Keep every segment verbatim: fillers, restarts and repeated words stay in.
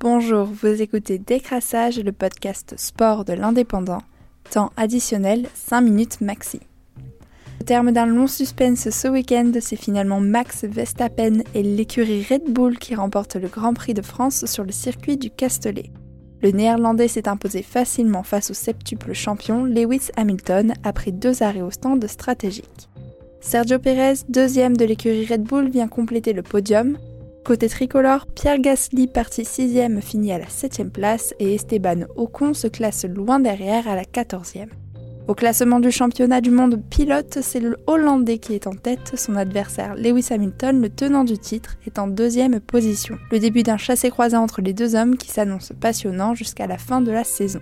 Bonjour, vous écoutez Décrassage, le podcast sport de l'Indépendant. Temps additionnel, cinq minutes maxi. Au terme d'un long suspense ce week-end, c'est finalement Max Verstappen et l'écurie Red Bull qui remportent le Grand Prix de France sur le circuit du Castellet. Le Néerlandais s'est imposé facilement face au septuple champion Lewis Hamilton après deux arrêts au stand stratégique. Sergio Pérez, deuxième de l'écurie Red Bull, vient compléter le podium. Côté tricolore, Pierre Gasly, parti sixième, finit à la septième place et Esteban Ocon se classe loin derrière à la quatorzième. Au classement du championnat du monde pilote, c'est le Hollandais qui est en tête, son adversaire Lewis Hamilton, le tenant du titre, est en deuxième position. Le début d'un chassé-croisé entre les deux hommes qui s'annonce passionnant jusqu'à la fin de la saison.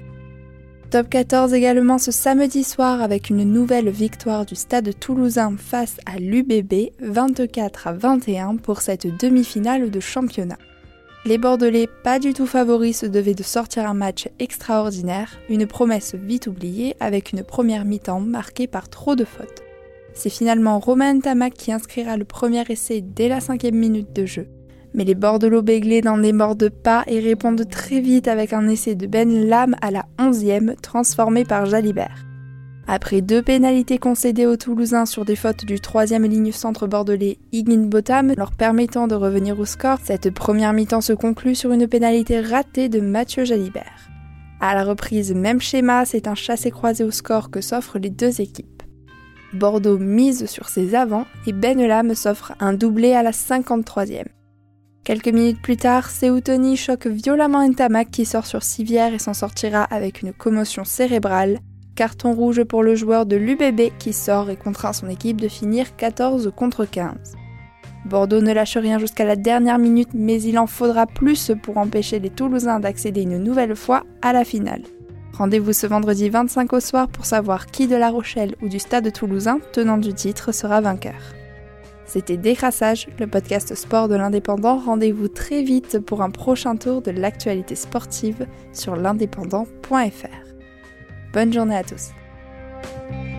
Top quatorze également ce samedi soir avec une nouvelle victoire du Stade Toulousain face à l'U B B, vingt-quatre à vingt et un pour cette demi-finale de championnat. Les Bordelais, pas du tout favoris, se devaient de sortir un match extraordinaire, une promesse vite oubliée avec une première mi-temps marquée par trop de fautes. C'est finalement Romain Ntamak qui inscrira le premier essai dès la cinquième minute de jeu. Mais les Bordelots-Béglés n'en démordent pas et répondent très vite avec un essai de Ben Lam à la onzième, transformé par Jalibert. Après deux pénalités concédées aux Toulousains sur des fautes du troisième ligne centre bordelais Higginbotham, leur permettant de revenir au score, cette première mi-temps se conclut sur une pénalité ratée de Mathieu Jalibert. À la reprise, même schéma, c'est un chassé-croisé au score que s'offrent les deux équipes. Bordeaux mise sur ses avants et Ben Lam s'offre un doublé à la cinquante-troisième. Quelques minutes plus tard, Seoutoni choque violemment Ntamak qui sort sur civière et s'en sortira avec une commotion cérébrale. Carton rouge pour le joueur de l'U B B qui sort et contraint son équipe de finir quatorze contre quinze. Bordeaux ne lâche rien jusqu'à la dernière minute, mais il en faudra plus pour empêcher les Toulousains d'accéder une nouvelle fois à la finale. Rendez-vous ce vendredi vingt-cinq au soir pour savoir qui de La Rochelle ou du Stade Toulousain, tenant du titre, sera vainqueur. C'était Décrassage, le podcast sport de l'Indépendant. Rendez-vous très vite pour un prochain tour de l'actualité sportive sur l'indépendant point f r. Bonne journée à tous.